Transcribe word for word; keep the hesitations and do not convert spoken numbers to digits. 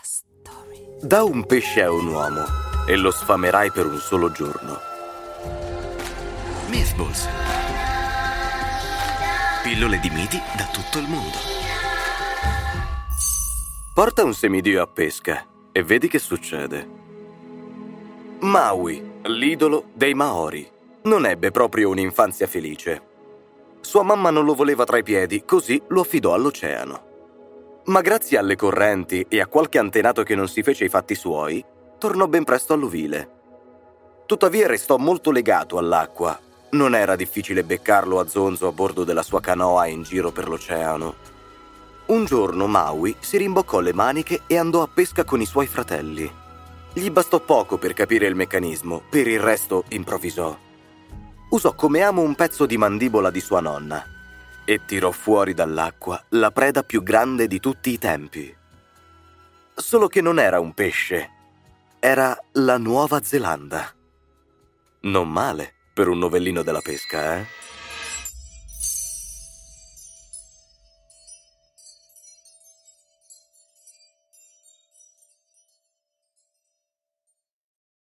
Da un pesce a un uomo e lo sfamerai per un solo giorno. Mythballs. Pillole di miti da tutto il mondo. Porta un semidio a pesca e vedi che succede. Maui, l'idolo dei Maori, non ebbe proprio un'infanzia felice. Sua mamma non lo voleva tra i piedi, così lo affidò all'oceano. Ma grazie alle correnti e a qualche antenato che non si fece i fatti suoi, tornò ben presto all'ovile. Tuttavia restò molto legato all'acqua. Non era difficile beccarlo a zonzo a bordo della sua canoa in giro per l'oceano. Un giorno Maui si rimboccò le maniche e andò a pesca con i suoi fratelli. Gli bastò poco per capire il meccanismo, per il resto improvvisò. Usò come amo un pezzo di mandibola di sua nonna e tirò fuori dall'acqua la preda più grande di tutti i tempi. Solo che non era un pesce, era la Nuova Zelanda. Non male per un novellino della pesca, eh?